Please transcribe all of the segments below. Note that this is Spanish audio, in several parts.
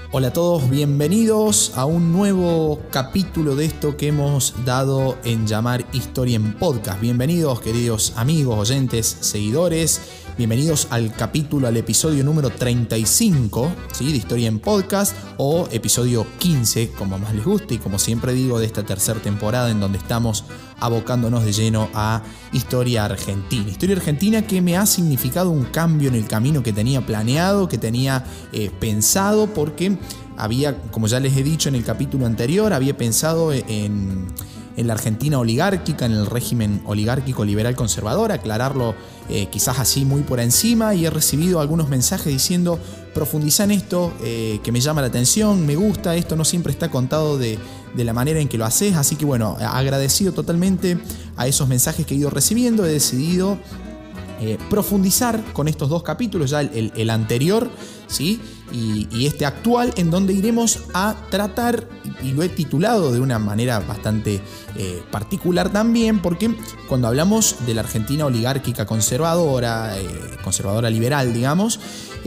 Hola a todos, bienvenidos a un nuevo capítulo de esto que hemos dado en llamar Historia en Podcast. Bienvenidos, queridos amigos, oyentes, seguidores. Bienvenidos al capítulo, al episodio número 35, ¿sí? De Historia en Podcast, o episodio 15, como más les guste, y como siempre digo, de esta tercera temporada en donde estamos abocándonos de lleno a Historia Argentina. Historia Argentina que me ha significado un cambio en el camino que tenía planeado, que tenía pensado, porque había, como ya les he dicho en el capítulo anterior, había pensado en la Argentina oligárquica, en el régimen oligárquico liberal conservador, aclararlo quizás así muy por encima, y he recibido algunos mensajes diciendo: profundiza en esto, que me llama la atención, me gusta, esto no siempre está contado de la manera en que lo haces. Así que bueno, agradecido totalmente a esos mensajes que he ido recibiendo, he decidido profundizar con estos dos capítulos, ya el anterior, ¿sí? Y este actual, en donde iremos a tratar, y lo he titulado de una manera bastante particular también, porque cuando hablamos de la Argentina oligárquica conservadora, conservadora liberal, digamos,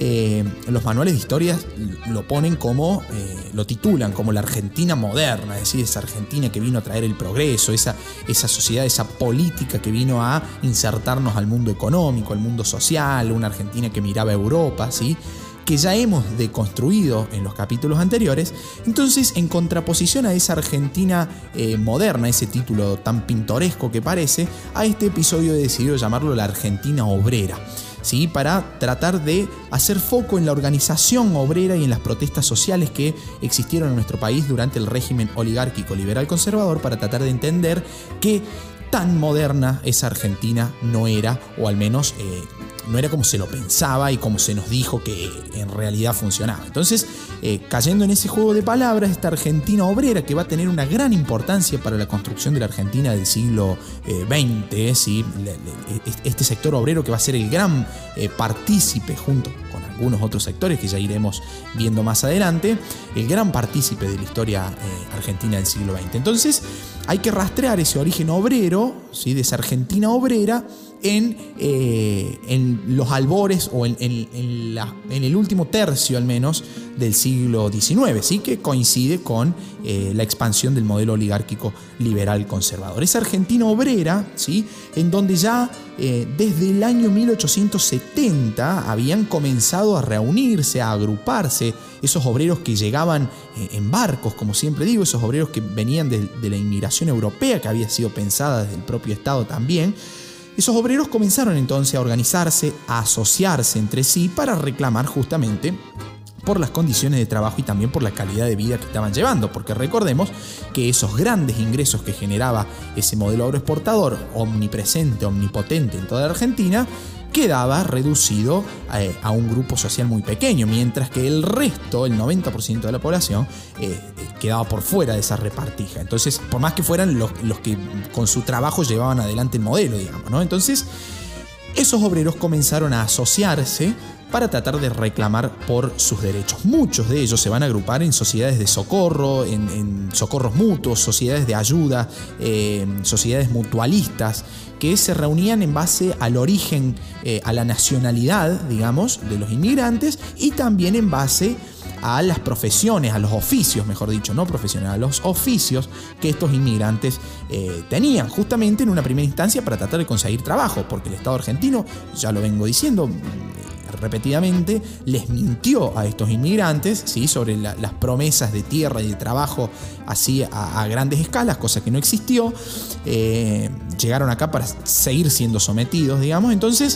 los manuales de historia lo ponen como, lo titulan como la Argentina moderna, es decir, esa Argentina que vino a traer el progreso, esa sociedad, esa política que vino a insertarnos al mundo económico, al mundo social, una Argentina que miraba a Europa, ¿sí? Que ya hemos deconstruido en los capítulos anteriores. Entonces, en contraposición a esa Argentina moderna, ese título tan pintoresco que parece, a este episodio he decidido llamarlo la Argentina obrera, ¿sí? Para tratar de hacer foco en la organización obrera y en las protestas sociales que existieron en nuestro país durante el régimen oligárquico liberal conservador, para tratar de entender qué tan moderna esa Argentina no era, o al menos no era como se lo pensaba y como se nos dijo que en realidad funcionaba. Entonces, cayendo en ese juego de palabras, esta Argentina obrera, que va a tener una gran importancia para la construcción de la Argentina del siglo XX, ¿sí? Este sector obrero que va a ser el gran partícipe, junto con algunos otros sectores que ya iremos viendo más adelante, el gran partícipe de la historia argentina del siglo XX. Entonces, hay que rastrear ese origen obrero, ¿sí? De esa Argentina obrera en los albores, o en el último tercio al menos del siglo XIX, ¿sí? Que coincide con la expansión del modelo oligárquico liberal conservador. Esa Argentina obrera, ¿sí? En donde ya desde el año 1870 habían comenzado a reunirse, a agruparse esos obreros que llegaban en barcos, como siempre digo, esos obreros que venían de la inmigración europea, que había sido pensada desde el propio Estado también. Esos obreros comenzaron entonces a organizarse, a asociarse entre sí para reclamar justamente por las condiciones de trabajo y también por la calidad de vida que estaban llevando, porque recordemos que esos grandes ingresos que generaba ese modelo agroexportador omnipresente, omnipotente en toda la Argentina, quedaba reducido a un grupo social muy pequeño, mientras que el resto, el 90% de la población, quedaba por fuera de esa repartija. Entonces, por más que fueran los que con su trabajo llevaban adelante el modelo, digamos, ¿no? Entonces, esos obreros comenzaron a asociarse para tratar de reclamar por sus derechos. Muchos de ellos se van a agrupar en sociedades de socorro, en socorros mutuos, sociedades de ayuda, sociedades mutualistas, que se reunían en base al origen, a la nacionalidad, digamos, de los inmigrantes, y también en base a las profesiones, a los oficios, mejor dicho, no profesiones, a los oficios que estos inmigrantes tenían, justamente en una primera instancia para tratar de conseguir trabajo, porque el Estado argentino, ya lo vengo diciendo repetidamente, les mintió a estos inmigrantes, ¿sí? Sobre las promesas de tierra y de trabajo así a grandes escalas, cosa que no existió. Llegaron acá para seguir siendo sometidos, digamos. Entonces,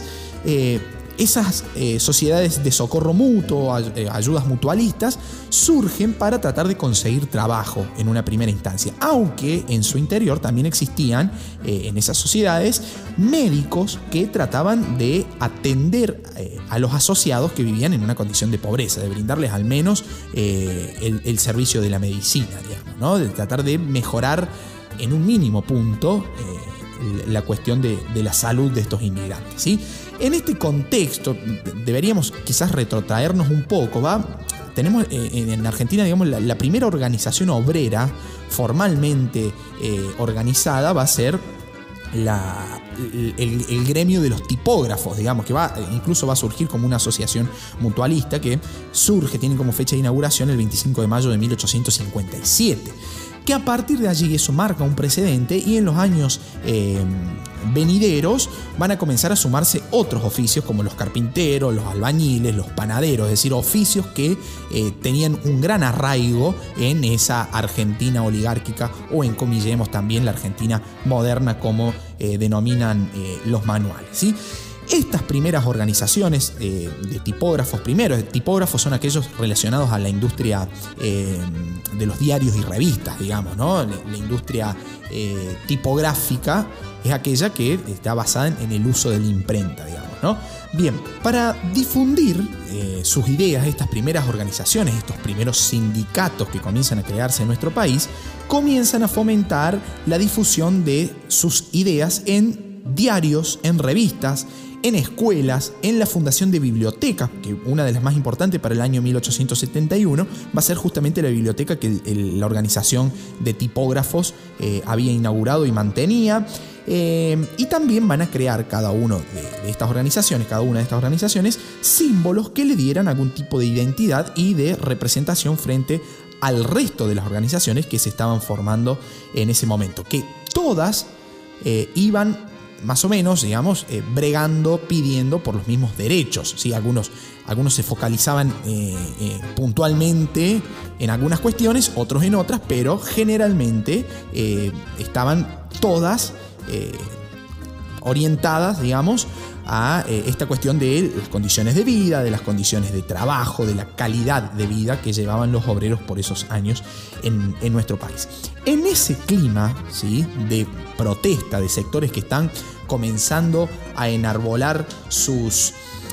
esas sociedades de socorro mutuo, ayudas mutualistas, surgen para tratar de conseguir trabajo en una primera instancia, aunque en su interior también existían en esas sociedades médicos que trataban de atender a los asociados que vivían en una condición de pobreza, de brindarles al menos el servicio de la medicina, digamos, ¿no? De tratar de mejorar en un mínimo punto la cuestión de la salud de estos inmigrantes, ¿sí? En este contexto deberíamos quizás retrotraernos un poco, ¿va? Tenemos en Argentina, digamos, la primera organización obrera formalmente organizada va a ser el gremio de los tipógrafos, digamos, que incluso va a surgir como una asociación mutualista que tiene como fecha de inauguración el 25 de mayo de 1857. Que a partir de allí eso marca un precedente y en los años venideros van a comenzar a sumarse otros oficios como los carpinteros, los albañiles, los panaderos, es decir, oficios que tenían un gran arraigo en esa Argentina oligárquica o encomillemos también la Argentina moderna como denominan los manuales, ¿sí? Estas primeras organizaciones de tipógrafos, tipógrafos son aquellos relacionados a la industria de los diarios y revistas, digamos, ¿no? La industria tipográfica es aquella que está basada en el uso de la imprenta, digamos, ¿no? Bien, para difundir sus ideas, estas primeras organizaciones, estos primeros sindicatos que comienzan a crearse en nuestro país, comienzan a fomentar la difusión de sus ideas en diarios, en revistas, en escuelas, en la fundación de bibliotecas, que una de las más importantes para el año 1871 va a ser justamente la biblioteca que la organización de tipógrafos había inaugurado y mantenía. Y también van a crear cada una de estas organizaciones, símbolos que le dieran algún tipo de identidad y de representación frente al resto de las organizaciones que se estaban formando en ese momento, que todas iban más o menos, digamos, bregando, pidiendo por los mismos derechos, ¿sí? Algunos se focalizaban puntualmente en algunas cuestiones, otros en otras, pero generalmente estaban todas orientadas, digamos, a esta cuestión de las condiciones de vida, de las condiciones de trabajo, de la calidad de vida que llevaban los obreros por esos años en nuestro país. En ese clima, ¿sí?, de protesta de sectores que están comenzando a enarbolar sus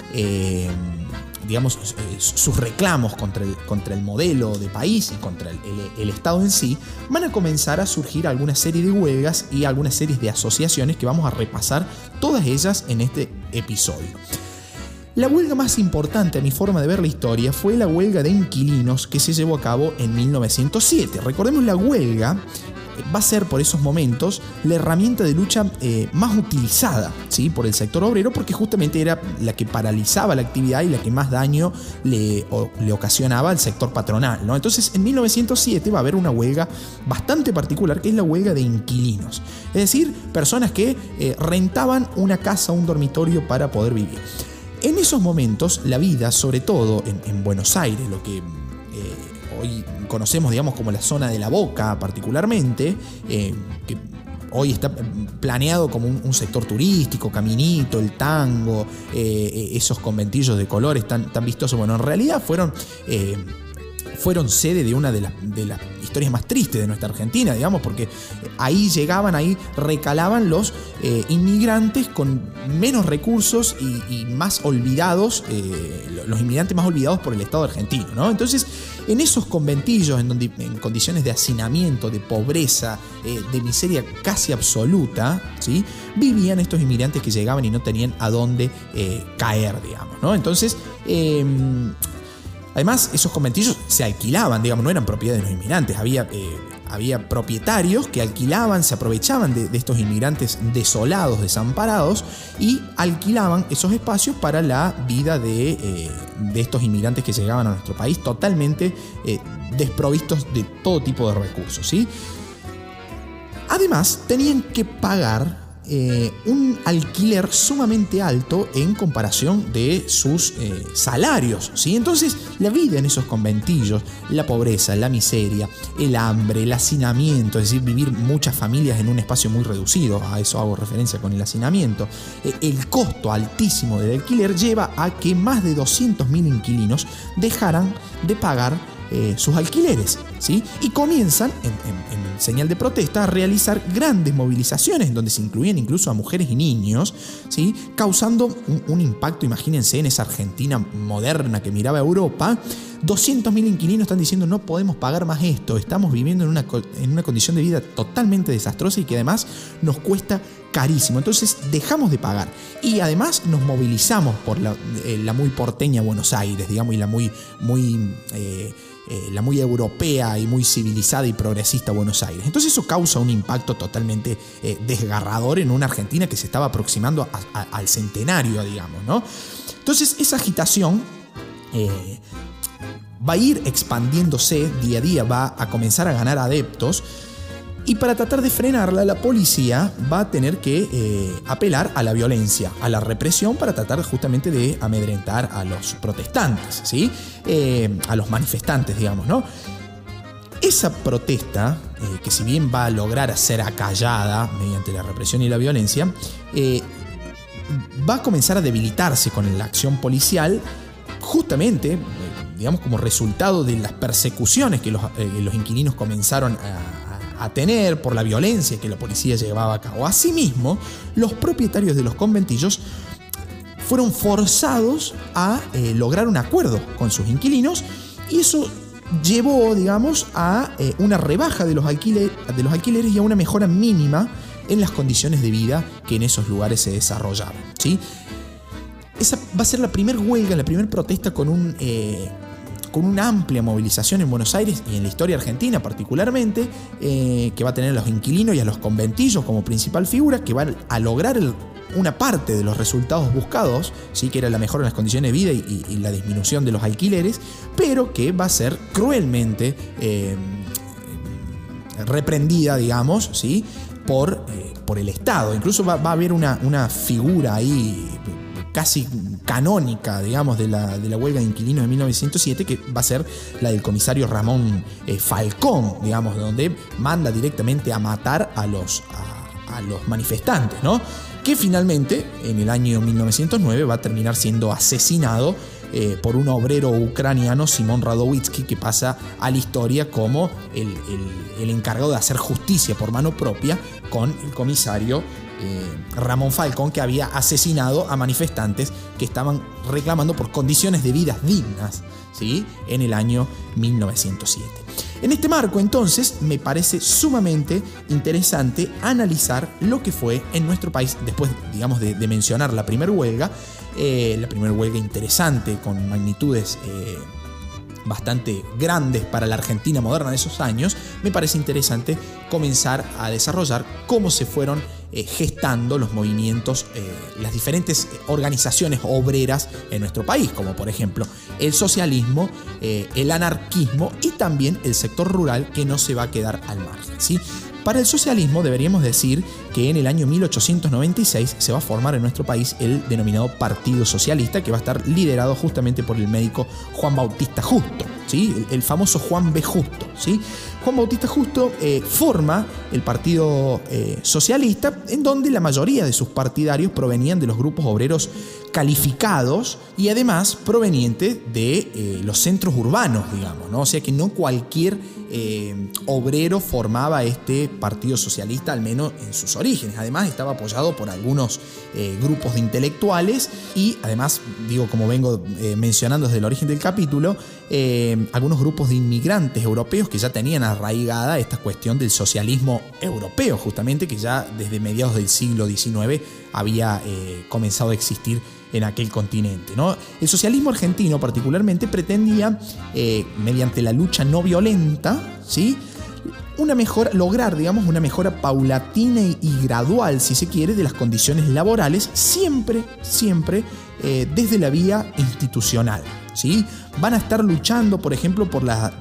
reclamos contra el modelo de país y contra el Estado en sí, van a comenzar a surgir alguna serie de huelgas y algunas series de asociaciones que vamos a repasar todas ellas en este episodio. La huelga más importante, a mi forma de ver la historia, fue la huelga de inquilinos que se llevó a cabo en 1907. Recordemos, la huelga va a ser por esos momentos la herramienta de lucha más utilizada, ¿sí?, por el sector obrero, porque justamente era la que paralizaba la actividad y la que más daño le ocasionaba al sector patronal, ¿no? Entonces, en 1907 va a haber una huelga bastante particular, que es la huelga de inquilinos, es decir, personas que rentaban una casa, un dormitorio para poder vivir. En esos momentos, la vida, sobre todo en Buenos Aires, lo que hoy conocemos, digamos, como la zona de la Boca particularmente, que hoy está planeado como un sector turístico, Caminito, el tango, esos conventillos de colores tan vistosos. Bueno, en realidad fueron sede de una de las historias más tristes de nuestra Argentina, digamos, porque ahí recalaban los inmigrantes con menos recursos y más olvidados, los inmigrantes más olvidados por el Estado argentino, ¿no? Entonces, en esos conventillos, en condiciones de hacinamiento, de pobreza, de miseria casi absoluta, ¿sí?, vivían estos inmigrantes que llegaban y no tenían a dónde caer, digamos, ¿no? Entonces, además, esos conventillos se alquilaban, digamos, no eran propiedad de los inmigrantes. Había propietarios que alquilaban, se aprovechaban de estos inmigrantes desolados, desamparados, y alquilaban esos espacios para la vida de estos inmigrantes que llegaban a nuestro país totalmente desprovistos de todo tipo de recursos, ¿sí? Además, tenían que pagar un alquiler sumamente alto en comparación de sus salarios, ¿sí? Entonces, la vida en esos conventillos, la pobreza, la miseria, el hambre, el hacinamiento, es decir, vivir muchas familias en un espacio muy reducido, a eso hago referencia con el hacinamiento, el costo altísimo del alquiler lleva a que más de 200.000 inquilinos dejaran de pagar sus alquileres, ¿sí? Y comienzan, en señal de protesta, a realizar grandes movilizaciones en donde se incluían incluso a mujeres y niños, ¿sí?, causando un impacto. Imagínense, en esa Argentina moderna que miraba a Europa, 200.000 inquilinos están diciendo: no podemos pagar más esto, estamos viviendo en una condición de vida totalmente desastrosa y que además nos cuesta carísimo. Entonces dejamos de pagar y además nos movilizamos por la muy porteña Buenos Aires, digamos, y la muy la muy europea y muy civilizada y progresista Buenos Aires. Entonces eso causa un impacto totalmente desgarrador en una Argentina que se estaba aproximando al centenario, digamos, ¿no? Entonces esa agitación va a ir expandiéndose día a día, va a comenzar a ganar adeptos. Y para tratar de frenarla, la policía va a tener que apelar a la violencia, a la represión, para tratar justamente de amedrentar a los protestantes, ¿sí? A los manifestantes, digamos, ¿no? Esa protesta, que si bien va a lograr ser acallada mediante la represión y la violencia, va a comenzar a debilitarse con la acción policial, justamente, digamos, como resultado de las persecuciones que los inquilinos comenzaron a tener por la violencia que la policía llevaba a cabo. Asimismo, los propietarios de los conventillos fueron forzados a lograr un acuerdo con sus inquilinos, y eso llevó, digamos, a una rebaja de los alquileres y a una mejora mínima en las condiciones de vida que en esos lugares se desarrollaban, ¿sí? Esa va a ser la primera huelga, la primera protesta con una amplia movilización en Buenos Aires y en la historia argentina particularmente, que va a tener a los inquilinos y a los conventillos como principal figura, que van a lograr una parte de los resultados buscados, ¿sí? Que era la mejora en las condiciones de vida y la disminución de los alquileres, pero que va a ser cruelmente reprendida, digamos, ¿sí? por el Estado. Incluso va a haber una figura ahí casi canónica, digamos, de la huelga de inquilinos de 1907, que va a ser la del comisario Ramón Falcón, digamos, donde manda directamente a matar a los manifestantes, ¿no? Que finalmente, en el año 1909, va a terminar siendo asesinado por un obrero ucraniano, Simón Radowitzky, que pasa a la historia como el encargado de hacer justicia por mano propia con el comisario Ramón Falcón, que había asesinado a manifestantes que estaban reclamando por condiciones de vidas dignas, ¿sí? En el año 1907. En este marco, entonces, me parece sumamente interesante analizar lo que fue en nuestro país, después, digamos, de mencionar la primera huelga interesante, con magnitudes bastante grandes para la Argentina moderna de esos años. Me parece interesante comenzar a desarrollar cómo se fueron gestando los movimientos, las diferentes organizaciones obreras en nuestro país, como por ejemplo el socialismo, el anarquismo y también el sector rural, que no se va a quedar al margen, ¿sí? Para el socialismo deberíamos decir que en el año 1896 se va a formar en nuestro país el denominado Partido Socialista, que va a estar liderado justamente por el médico Juan Bautista Justo, ¿sí? El famoso Juan B. Justo, ¿sí? Juan Bautista Justo forma el Partido Socialista, en donde la mayoría de sus partidarios provenían de los grupos obreros calificados y además provenientes de los centros urbanos, digamos, ¿no? O sea que no cualquier obrero formaba este Partido Socialista, al menos en sus orígenes. Además estaba apoyado por algunos grupos de intelectuales y además, digo, como vengo mencionando desde el origen del capítulo, algunos grupos de inmigrantes europeos que ya tenían arraigada esta cuestión del socialismo europeo, justamente, que ya desde mediados del siglo XIX había comenzado a existir en aquel continente, ¿no? El socialismo argentino particularmente pretendía, mediante la lucha no violenta, ¿sí?, lograr, digamos, una mejora paulatina y gradual, si se quiere, de las condiciones laborales, siempre desde la vía institucional, ¿sí? Van a estar luchando, por ejemplo, por las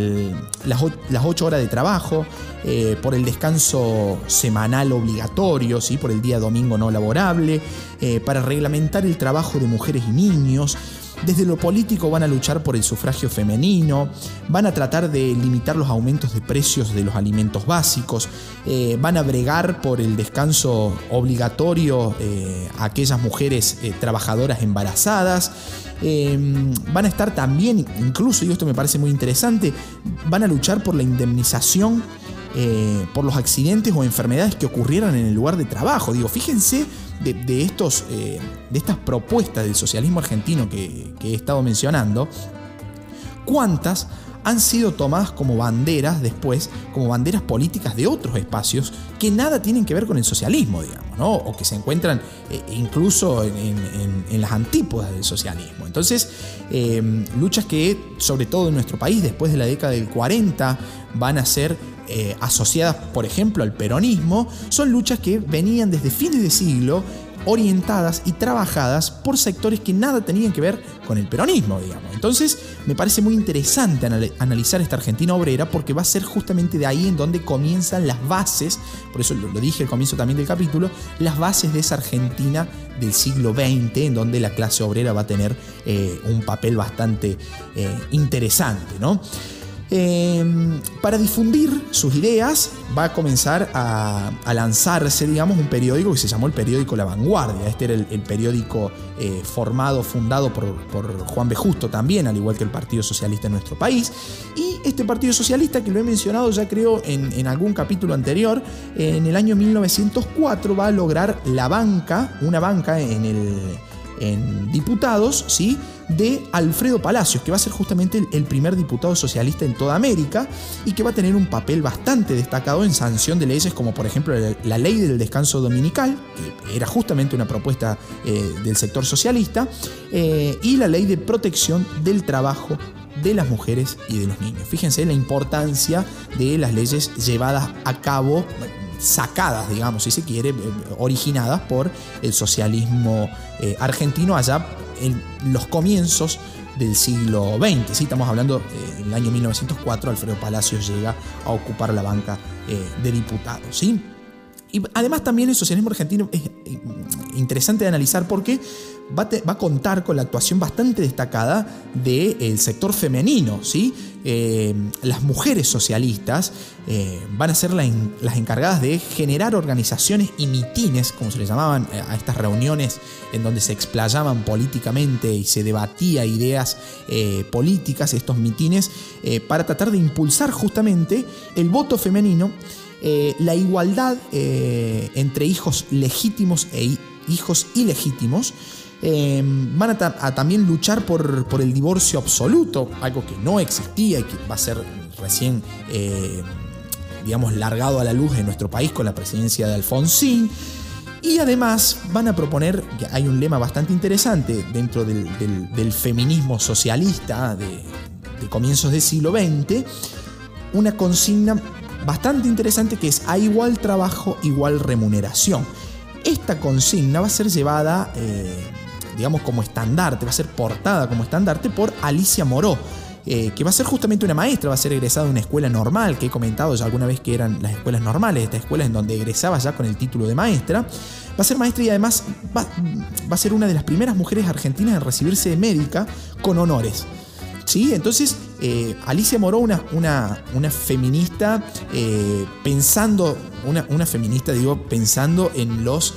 8 horas de trabajo, por el descanso semanal obligatorio, ¿sí? Por el día domingo no laborable, para reglamentar el trabajo de mujeres y niños. Desde lo político van a luchar por el sufragio femenino, van a tratar de limitar los aumentos de precios de los alimentos básicos, van a bregar por el descanso obligatorio a aquellas mujeres trabajadoras embarazadas. Van a estar también, incluso, y esto me parece muy interesante, van a luchar por la indemnización por los accidentes o enfermedades que ocurrieran en el lugar de trabajo. Digo, fíjense de estas propuestas del socialismo argentino que he estado mencionando, cuántas han sido tomadas como banderas después, como banderas políticas de otros espacios que nada tienen que ver con el socialismo, digamos, ¿no? O que se encuentran incluso en las antípodas del socialismo. Entonces, luchas que, sobre todo en nuestro país, después de la década del 40, van a ser asociadas, por ejemplo, al peronismo, son luchas que venían desde fines de siglo, orientadas y trabajadas por sectores que nada tenían que ver con el peronismo, digamos. Entonces, me parece muy interesante analizar esta Argentina obrera, porque va a ser justamente de ahí en donde comienzan las bases, por eso lo dije al comienzo también del capítulo, las bases de esa Argentina del siglo XX, en donde la clase obrera va a tener un papel bastante interesante, ¿no? Para difundir sus ideas va a comenzar a lanzarse, digamos, un periódico que se llamó el periódico La Vanguardia. Este era el periódico fundado por Juan B. Justo también, al igual que el Partido Socialista en nuestro país. Y este Partido Socialista, que lo he mencionado ya creo en algún capítulo anterior, en el año 1904 va a lograr una banca en diputados, ¿sí?, de Alfredo Palacios, que va a ser justamente el primer diputado socialista en toda América y que va a tener un papel bastante destacado en sanción de leyes como, por ejemplo, la ley del descanso dominical, que era justamente una propuesta del sector socialista, y la ley de protección del trabajo de las mujeres y de los niños. Fíjense la importancia de las leyes llevadas a cabo, sacadas, digamos, si se quiere, originadas por el socialismo argentino allá en los comienzos del siglo XX. ¿Sí? Estamos hablando del año 1904, Alfredo Palacios llega a ocupar la banca de diputados, ¿sí? Y además también el socialismo argentino es interesante de analizar porque va a contar con la actuación bastante destacada del sector femenino, ¿sí? Las mujeres socialistas van a ser las encargadas de generar organizaciones y mitines, como se les llamaban a estas reuniones en donde se explayaban políticamente y se debatía ideas políticas, estos mitines, para tratar de impulsar justamente el voto femenino, la igualdad entre hijos legítimos e hijos ilegítimos. Van a también luchar por el divorcio absoluto, algo que no existía y que va a ser recién, digamos, largado a la luz en nuestro país con la presidencia de Alfonsín. Y además van a proponer, que hay un lema bastante interesante dentro del feminismo socialista de comienzos del siglo XX, una consigna bastante interesante que es: a igual trabajo, igual remuneración. Esta consigna va a ser llevada, digamos, como estandarte, va a ser portada como estandarte por Alicia Moró, que va a ser justamente una maestra, va a ser egresada de una escuela normal, que he comentado ya alguna vez que eran las escuelas normales, estas escuelas en donde egresaba ya con el título de maestra. Va a ser maestra y además va a ser una de las primeras mujeres argentinas en recibirse de médica con honores. ¿Sí? Entonces, Alicia Moró, una feminista, pensando en los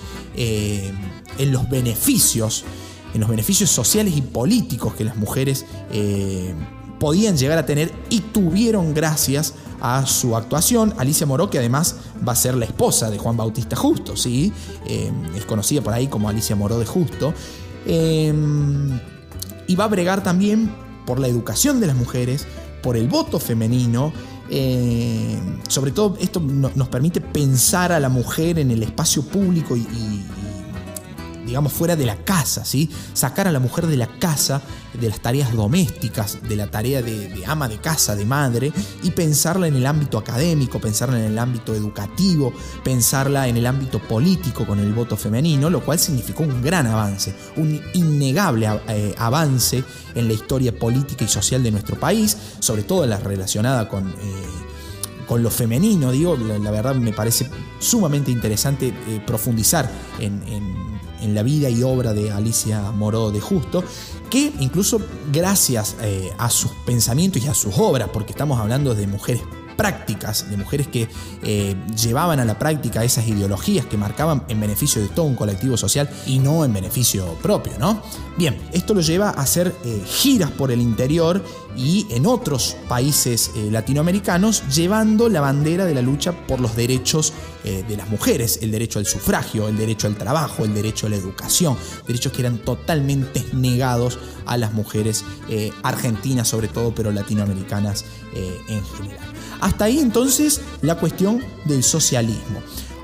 beneficios sociales y políticos que las mujeres podían llegar a tener y tuvieron gracias a su actuación. Alicia Moró, que además va a ser la esposa de Juan Bautista Justo, ¿sí? Es conocida por ahí como Alicia Moró de Justo, y va a bregar también por la educación de las mujeres, por el voto femenino. Sobre todo esto nos permite pensar a la mujer en el espacio público y digamos, fuera de la casa, ¿sí? Sacar a la mujer de la casa, de las tareas domésticas, de la tarea de ama de casa, de madre, y pensarla en el ámbito académico, pensarla en el ámbito educativo, pensarla en el ámbito político con el voto femenino, lo cual significó un gran avance, un innegable avance en la historia política y social de nuestro país, sobre todo la relacionada con lo femenino. Digo, la verdad me parece sumamente interesante profundizar en la vida y obra de Alicia Moró de Justo, que incluso gracias a sus pensamientos y a sus obras, porque estamos hablando de mujeres prácticas, de mujeres que llevaban a la práctica esas ideologías que marcaban en beneficio de todo un colectivo social y no en beneficio propio, ¿no? Bien, esto lo lleva a hacer giras por el interior y en otros países latinoamericanos, llevando la bandera de la lucha por los derechos de las mujeres, el derecho al sufragio, el derecho al trabajo, el derecho a la educación, derechos que eran totalmente negados a las mujeres argentinas sobre todo, pero latinoamericanas en general. Hasta ahí entonces la cuestión del socialismo.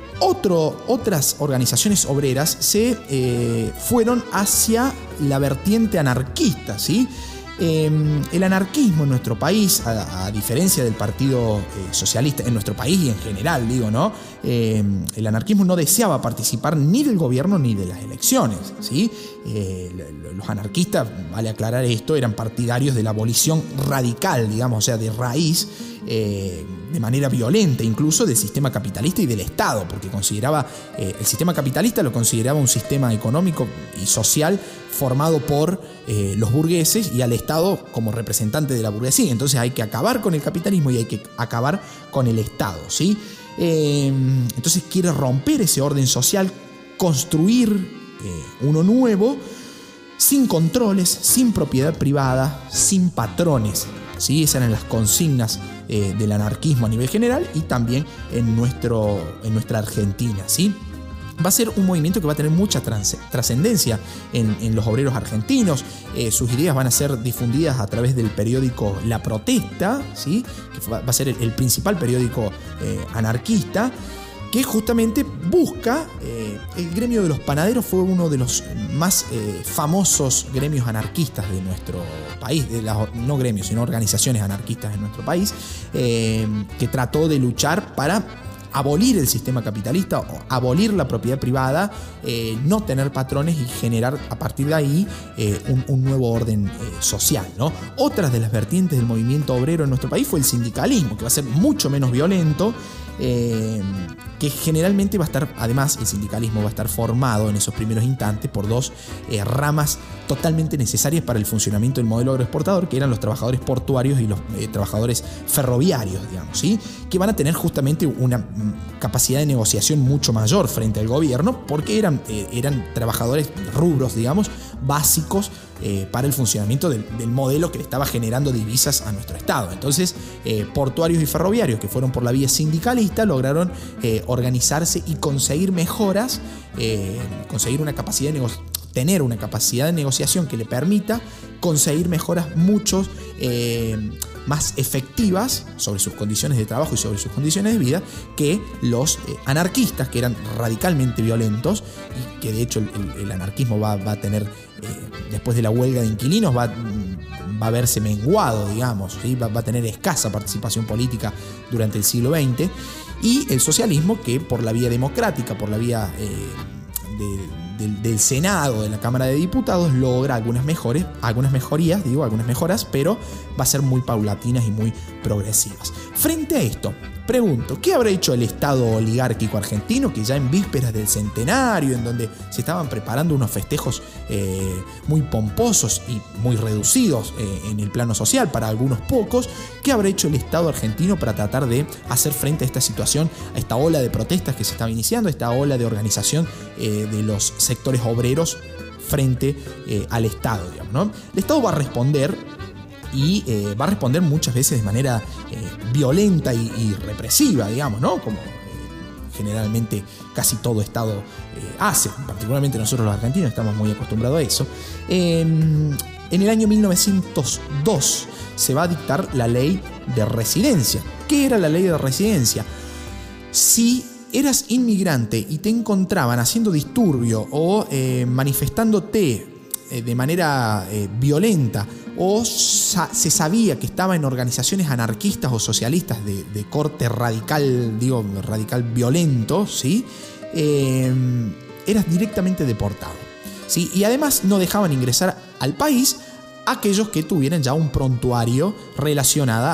Otras organizaciones obreras se fueron hacia la vertiente anarquista, ¿sí? El anarquismo en nuestro país, a diferencia del Partido Socialista, en nuestro país y en general, digo, ¿no? El anarquismo no deseaba participar ni del gobierno ni de las elecciones, ¿sí? Los anarquistas, vale aclarar esto, eran partidarios de la abolición radical, digamos, o sea, de raíz, de manera violenta incluso, del sistema capitalista y del Estado, porque consideraba, el sistema capitalista lo consideraba un sistema económico y social formado por los burgueses y al Estado como representante de la burguesía. Entonces hay que acabar con el capitalismo y hay que acabar con el Estado, ¿sí? Entonces quiere romper ese orden social, construir uno nuevo, sin controles, sin propiedad privada, sin patrones, ¿sí? Esas eran las consignas del anarquismo a nivel general y también en nuestra Argentina, ¿sí? Va a ser un movimiento que va a tener mucha trascendencia en los obreros argentinos. Sus ideas van a ser difundidas a través del periódico La Protesta, ¿sí? Que va a ser el principal periódico anarquista, que justamente busca, el gremio de los panaderos fue uno de los más famosos gremios anarquistas de nuestro país, no gremios, sino organizaciones anarquistas en nuestro país, que trató de luchar para abolir el sistema capitalista, abolir la propiedad privada, no tener patrones y generar a partir de ahí un nuevo orden social, ¿no? Otras de las vertientes del movimiento obrero en nuestro país fue el sindicalismo, que va a ser mucho menos violento, que generalmente va a estar, además el sindicalismo va a estar formado en esos primeros instantes por dos ramas totalmente necesarias para el funcionamiento del modelo agroexportador, que eran los trabajadores portuarios y los trabajadores ferroviarios, digamos, ¿sí? Que van a tener justamente una capacidad de negociación mucho mayor frente al gobierno, porque eran trabajadores rubros, digamos, básicos para el funcionamiento del modelo que le estaba generando divisas a nuestro Estado. Entonces, portuarios y ferroviarios que fueron por la vía sindicalista lograron organizarse y conseguir mejoras, conseguir una capacidad de tener una capacidad de negociación que le permita conseguir mejoras mucho más efectivas sobre sus condiciones de trabajo y sobre sus condiciones de vida que los anarquistas, que eran radicalmente violentos y que de hecho el anarquismo va a tener, después de la huelga de inquilinos, va a verse menguado, digamos, ¿sí? Va a tener escasa participación política durante el siglo XX, y el socialismo, que por la vía democrática, por la vía del Senado, de la Cámara de Diputados, logra algunas mejoras, pero va a ser muy paulatinas y muy progresivas. Frente a esto, pregunto, ¿qué habrá hecho el Estado oligárquico argentino, que ya en vísperas del centenario, en donde se estaban preparando unos festejos muy pomposos y muy reducidos en el plano social para algunos pocos, qué habrá hecho el Estado argentino para tratar de hacer frente a esta situación, a esta ola de protestas que se estaba iniciando, a esta ola de organización de los sectores obreros frente al Estado, digamos, ¿no? El Estado va a responder, y va a responder muchas veces de manera violenta y represiva, digamos, ¿no? Como generalmente casi todo Estado hace, particularmente nosotros los argentinos estamos muy acostumbrados a eso. En el año 1902 se va a dictar la ley de residencia. ¿Qué era la ley de residencia? Si eras inmigrante y te encontraban haciendo disturbio o manifestándote de manera violenta, o se sabía que estaba en organizaciones anarquistas o socialistas de corte radical, radical violento, ¿sí? Eras directamente deportado, ¿sí? Y además no dejaban ingresar al país aquellos que tuvieran ya un prontuario relacionado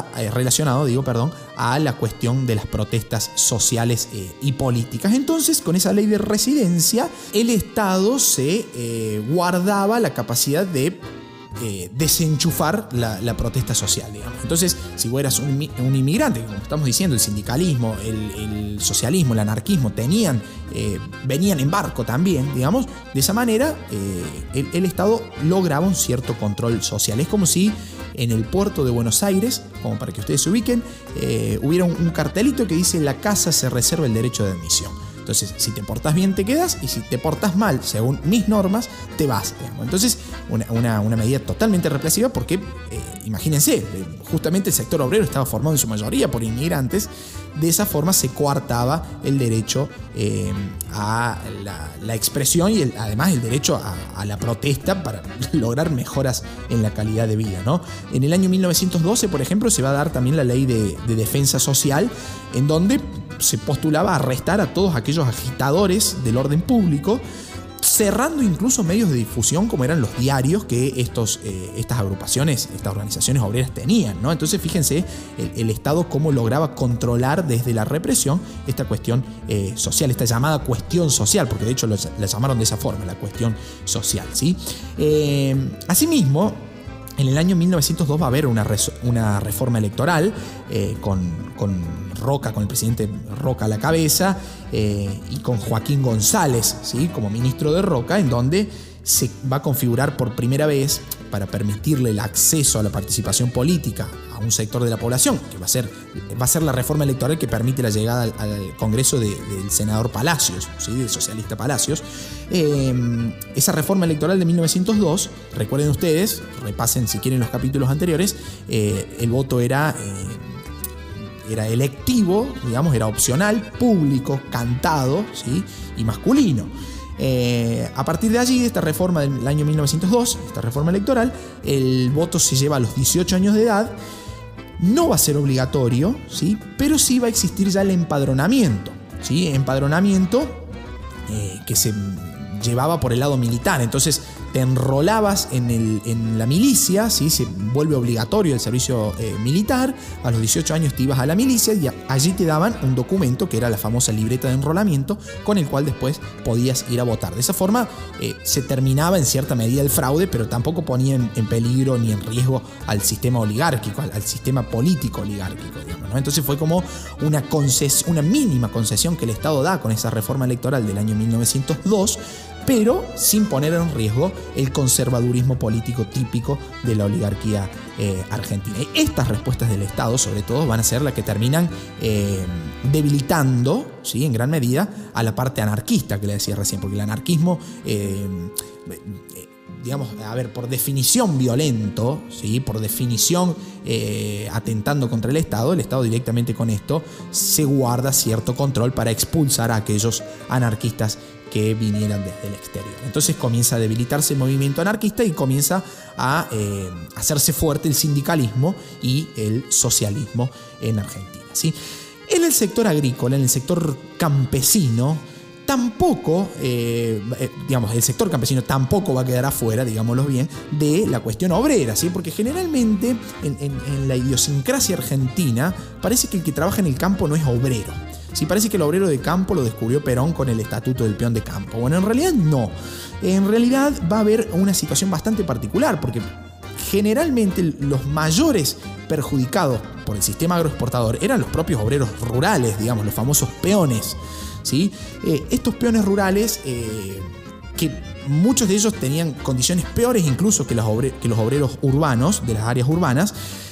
a la cuestión de las protestas sociales y políticas. Entonces, con esa ley de residencia, el Estado se guardaba la capacidad de desenchufar la protesta social, digamos. Entonces, si vos eras un inmigrante, como estamos diciendo, el sindicalismo, el socialismo, el anarquismo venían en barco también, digamos, de esa manera el Estado lograba un cierto control social. Es como si en el puerto de Buenos Aires, como para que ustedes se ubiquen, hubiera un cartelito que dice: la casa se reserva el derecho de admisión. Entonces, si te portás bien, te quedas, y si te portás mal, según mis normas, te vas, digamos. Entonces, una medida totalmente represiva porque, imagínense, justamente el sector obrero estaba formado en su mayoría por inmigrantes. De esa forma se coartaba el derecho a la expresión y además el derecho a la protesta para lograr mejoras en la calidad de vida, ¿no? En el año 1912, por ejemplo, se va a dar también la ley de defensa social, en donde se postulaba arrestar a todos aquellos agitadores del orden público, cerrando incluso medios de difusión como eran los diarios que estas agrupaciones, estas organizaciones obreras tenían, ¿no? Entonces fíjense el Estado cómo lograba controlar desde la represión esta cuestión social, esta llamada cuestión social, porque de hecho la llamaron de esa forma, la cuestión social, ¿sí? Asimismo, en el año 1902 va a haber una reforma electoral con Roca, con el presidente Roca a la cabeza, y con Joaquín González, ¿sí?, como ministro de Roca, en donde se va a configurar por primera vez, para permitirle el acceso a la participación política a un sector de la población, que va a ser la reforma electoral que permite la llegada al Congreso del senador Palacios, ¿sí?, del socialista Palacios. Esa reforma electoral de 1902, recuerden ustedes, repasen si quieren los capítulos anteriores, el voto era electivo, digamos, era opcional, público, cantado, ¿sí?, y masculino. A partir de allí, de esta reforma del año 1902, esta reforma electoral, el voto se lleva a los 18 años de edad. No va a ser obligatorio, ¿sí?, pero sí va a existir ya el empadronamiento, ¿sí?, empadronamiento que se llevaba por el lado militar. Entonces te enrolabas en la milicia, ¿sí?, se vuelve obligatorio el servicio militar. A los 18 años te ibas a la milicia y allí te daban un documento que era la famosa libreta de enrolamiento, con el cual después podías ir a votar. De esa forma se terminaba en cierta medida el fraude, pero tampoco ponía en peligro ni en riesgo al sistema oligárquico, al sistema político oligárquico, digamos, ¿no? Entonces fue como una mínima concesión que el Estado da con esa reforma electoral del año 1902, pero sin poner en riesgo el conservadurismo político típico de la oligarquía argentina. Y estas respuestas del Estado, sobre todo, van a ser las que terminan debilitando, ¿sí?, en gran medida a la parte anarquista que le decía recién, porque el anarquismo, digamos, por definición violento, ¿sí?, por definición atentando contra el Estado directamente con esto se guarda cierto control para expulsar a aquellos anarquistas que vinieran desde el exterior. Entonces comienza a debilitarse el movimiento anarquista y comienza a hacerse fuerte el sindicalismo y el socialismo en Argentina, ¿sí? En el sector agrícola, en el sector campesino, tampoco, el sector campesino tampoco va a quedar afuera, digámoslo bien, de la cuestión obrera, ¿sí? Porque generalmente en la idiosincrasia argentina parece que el que trabaja en el campo no es obrero. Sí, parece que el obrero de campo lo descubrió Perón con el estatuto del peón de campo. Bueno, en realidad no. En realidad va a haber una situación bastante particular, porque generalmente los mayores perjudicados por el sistema agroexportador eran los propios obreros rurales, digamos, los famosos peones, ¿sí? Estos peones rurales, que muchos de ellos tenían condiciones peores incluso que los obreros urbanos, de las áreas urbanas,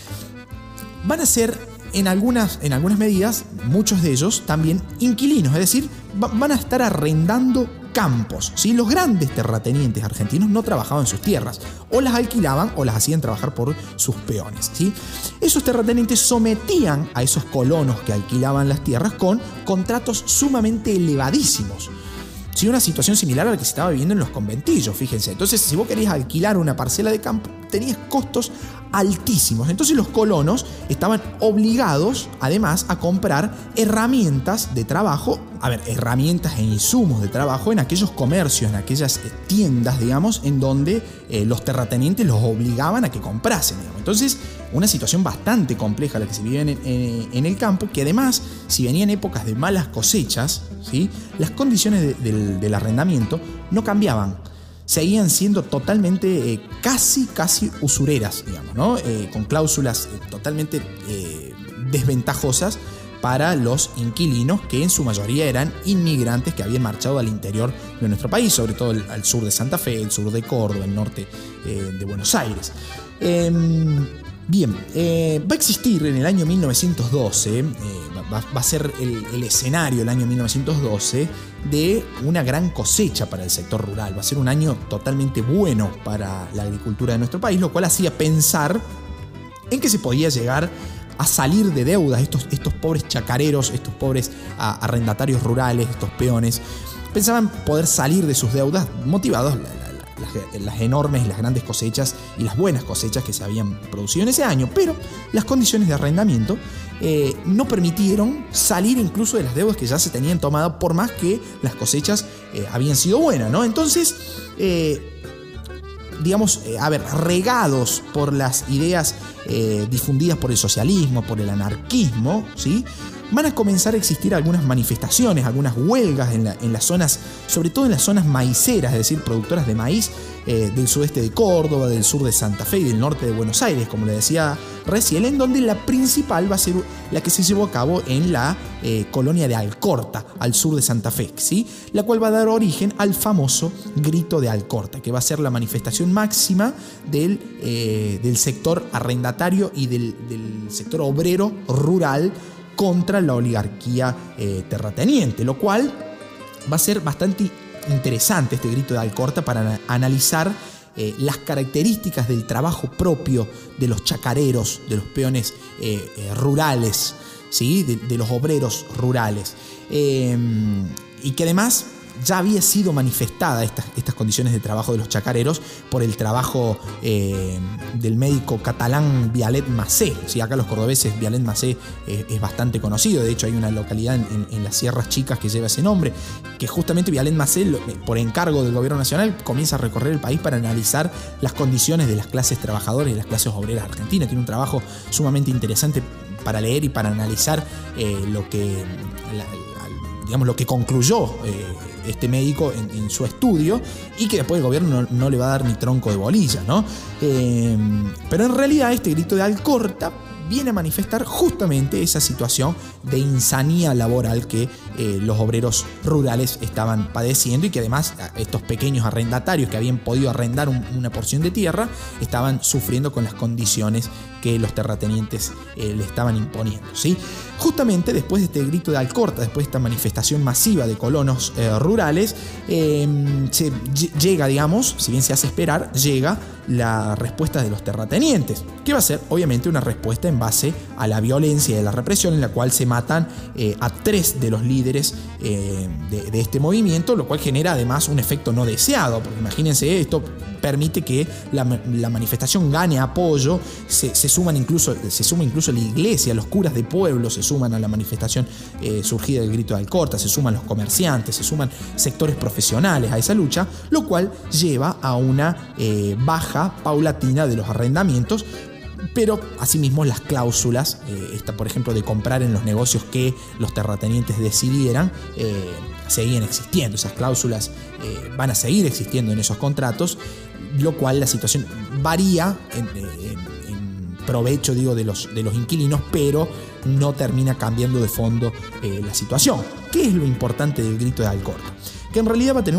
van a ser en algunas medidas, muchos de ellos también inquilinos, es decir, van a estar arrendando campos, ¿sí? Los grandes terratenientes argentinos no trabajaban sus tierras, o las alquilaban o las hacían trabajar por sus peones, ¿sí? Esos terratenientes sometían a esos colonos que alquilaban las tierras con contratos sumamente elevadísimos. Sí, una situación similar a la que se estaba viviendo en los conventillos, fíjense. Entonces, si vos querías alquilar una parcela de campo, tenías costos altísimos. Entonces los colonos estaban obligados, además, a comprar herramientas de trabajo, herramientas e insumos de trabajo en aquellos comercios, en aquellas tiendas, digamos, en donde los terratenientes los obligaban a que comprasen, digamos. Entonces, una situación bastante compleja la que se vive en el campo, que además, si venían épocas de malas cosechas, ¿sí?, las condiciones del arrendamiento no cambiaban. seguían siendo totalmente, casi usureras, digamos, ¿no? Con cláusulas totalmente desventajosas para los inquilinos, que en su mayoría eran inmigrantes que habían marchado al interior de nuestro país, sobre todo al sur de Santa Fe, el sur de Córdoba, el norte de Buenos Aires. Bien, va a existir en el año 1912, va a ser el escenario el año 1912 de una gran cosecha para el sector rural. Va a ser un año totalmente bueno para la agricultura de nuestro país, lo cual hacía pensar en que se podía llegar a salir de deudas. Estos pobres chacareros, estos pobres arrendatarios rurales, estos peones, pensaban poder salir de sus deudas motivados las enormes y las grandes cosechas y las buenas cosechas que se habían producido en ese año, pero las condiciones de arrendamiento no permitieron salir incluso de las deudas que ya se tenían tomado, por más que las cosechas habían sido buenas, ¿no? Entonces, regados por las ideas difundidas por el socialismo, por el anarquismo, ¿sí?, van a comenzar a existir algunas manifestaciones, algunas huelgas en las zonas, sobre todo en las zonas maiceras, es decir, productoras de maíz del sudeste de Córdoba, del sur de Santa Fe y del norte de Buenos Aires, como le decía recién, en donde la principal va a ser la que se llevó a cabo en la colonia de Alcorta, al sur de Santa Fe, ¿sí?, la cual va a dar origen al famoso Grito de Alcorta, que va a ser la manifestación máxima del sector arrendatario y del sector obrero rural contra la oligarquía terrateniente, lo cual va a ser bastante interesante este Grito de Alcorta para analizar las características del trabajo propio de los chacareros, de los peones rurales, ¿sí?, de los obreros rurales, y que además ya había sido manifestada estas condiciones de trabajo de los chacareros por el trabajo del médico catalán Vialet Macé. ¿Sí? Acá los cordobeses Vialet Macé es bastante conocido. De hecho, hay una localidad en las Sierras Chicas que lleva ese nombre, que justamente Vialet Macé, por encargo del gobierno nacional, comienza a recorrer el país para analizar las condiciones de las clases trabajadoras y las clases obreras argentinas. Tiene un trabajo sumamente interesante para leer y para analizar lo que concluyó este médico en su estudio, y que después el gobierno no le va a dar ni tronco de bolilla, ¿no? Pero en realidad este Grito de Alcorta viene a manifestar justamente esa situación de insanía laboral que los obreros rurales estaban padeciendo, y que además estos pequeños arrendatarios que habían podido arrendar una porción de tierra estaban sufriendo con las condiciones que los terratenientes le estaban imponiendo, ¿sí? Justamente después de este Grito de Alcorta, después de esta manifestación masiva de colonos rurales, llega, digamos, si bien se hace esperar, llega la respuesta de los terratenientes, que va a ser obviamente una respuesta en base a la violencia y a la represión, en la cual se matan a 3 de los líderes de este movimiento, lo cual genera además un efecto no deseado, porque imagínense, esto permite que la manifestación gane apoyo, se suma incluso la iglesia, los curas de pueblo se suman a la manifestación surgida del Grito de Alcorta, se suman los comerciantes, se suman sectores profesionales a esa lucha, lo cual lleva a una baja paulatina de los arrendamientos. Pero asimismo las cláusulas, por ejemplo, de comprar en los negocios que los terratenientes decidieran, seguían existiendo. Esas cláusulas van a seguir existiendo en esos contratos, lo cual la situación varía en provecho, digo, de los inquilinos, pero no termina cambiando de fondo la situación. ¿Qué es lo importante del Grito de Alcorta? Que en realidad va a tener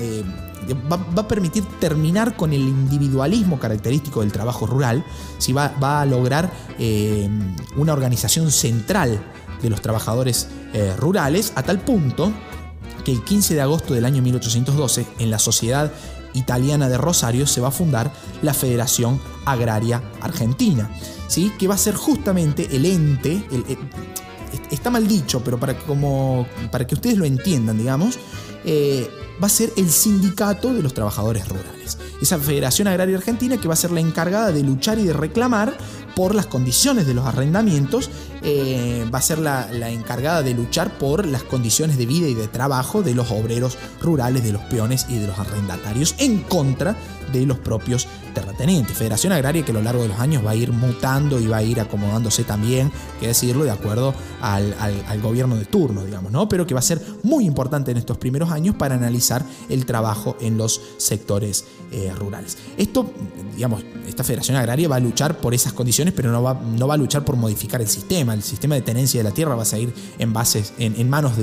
va a permitir terminar con el individualismo característico del trabajo rural, ¿sí? Va a lograr una organización central de los trabajadores rurales, a tal punto que el 15 de agosto del año 1812, en la Sociedad Italiana de Rosario, se va a fundar la Federación Agraria Argentina, ¿sí? Que va a ser justamente el ente, está mal dicho, pero para que ustedes lo entiendan, digamos, va a ser el sindicato de los trabajadores rurales. Esa Federación Agraria Argentina, que va a ser la encargada de luchar y de reclamar por las condiciones de los arrendamientos, va a ser la encargada de luchar por las condiciones de vida y de trabajo de los obreros rurales, de los peones y de los arrendatarios, en contra de los propios terratenientes. Federación Agraria que a lo largo de los años va a ir mutando y va a ir acomodándose también, que decirlo, de acuerdo al gobierno de turno, digamos, ¿no? Pero que va a ser muy importante en estos primeros años para analizar el trabajo en los sectores rurales. Esto, digamos, esta Federación Agraria va a luchar por esas condiciones, pero no va a luchar por modificar el sistema. El sistema de tenencia de la tierra va a seguir en manos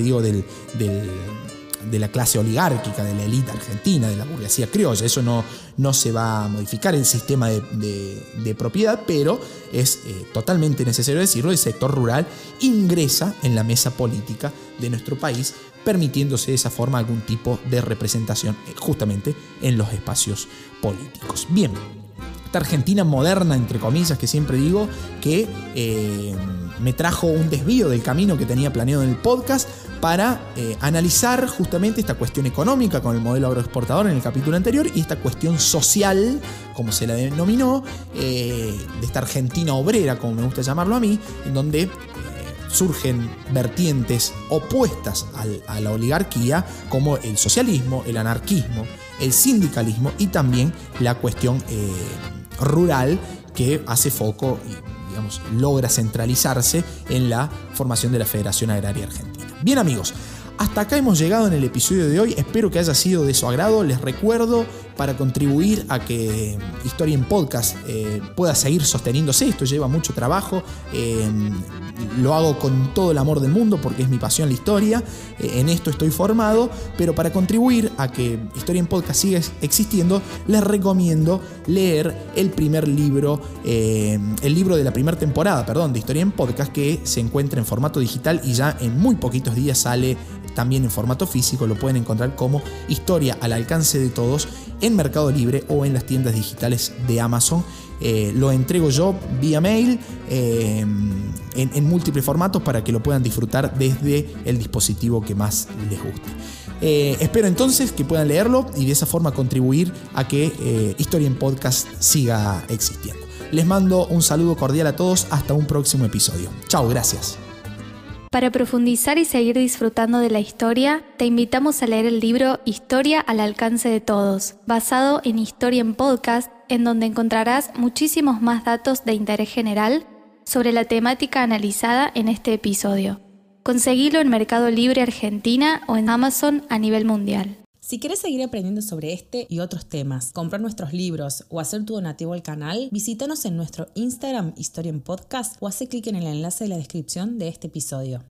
de la clase oligárquica, de la élite argentina, de la burguesía criolla. Eso no se va a modificar el sistema de propiedad, pero es totalmente necesario decirlo, el sector rural ingresa en la mesa política de nuestro país, permitiéndose de esa forma algún tipo de representación justamente en los espacios políticos. Bien, esta Argentina moderna, entre comillas, que siempre digo, que me trajo un desvío del camino que tenía planeado en el podcast para analizar justamente esta cuestión económica con el modelo agroexportador en el capítulo anterior y esta cuestión social, como se la denominó, de esta Argentina obrera, como me gusta llamarlo a mí, en donde surgen vertientes opuestas a la oligarquía, como el socialismo, el anarquismo, el sindicalismo y también la cuestión rural, que hace foco y, digamos, logra centralizarse en la formación de la Federación Agraria Argentina. Bien, amigos, hasta acá hemos llegado en el episodio de hoy. Espero que haya sido de su agrado. Les recuerdo, para contribuir a que Historia en Podcast pueda seguir sosteniéndose, esto lleva mucho trabajo, lo hago con todo el amor del mundo porque es mi pasión la historia, en esto estoy formado, pero para contribuir a que Historia en Podcast siga existiendo, les recomiendo leer el primer libro, el libro de la primera temporada, de Historia en Podcast, que se encuentra en formato digital y ya en muy poquitos días sale también en formato físico. Lo pueden encontrar como Historia al alcance de todos en Mercado Libre o en las tiendas digitales de Amazon. Lo entrego yo vía mail en múltiples formatos para que lo puedan disfrutar desde el dispositivo que más les guste. Espero entonces que puedan leerlo y de esa forma contribuir a que Historia en Podcast siga existiendo. Les mando un saludo cordial a todos. Hasta un próximo episodio. Chao, gracias. Para profundizar y seguir disfrutando de la historia, te invitamos a leer el libro Historia al alcance de todos, basado en Historia en Podcast, en donde encontrarás muchísimos más datos de interés general sobre la temática analizada en este episodio. Conseguilo en Mercado Libre Argentina o en Amazon a nivel mundial. Si querés seguir aprendiendo sobre este y otros temas, comprar nuestros libros o hacer tu donativo al canal, visítanos en nuestro Instagram Historia en Podcast o hace clic en el enlace de la descripción de este episodio.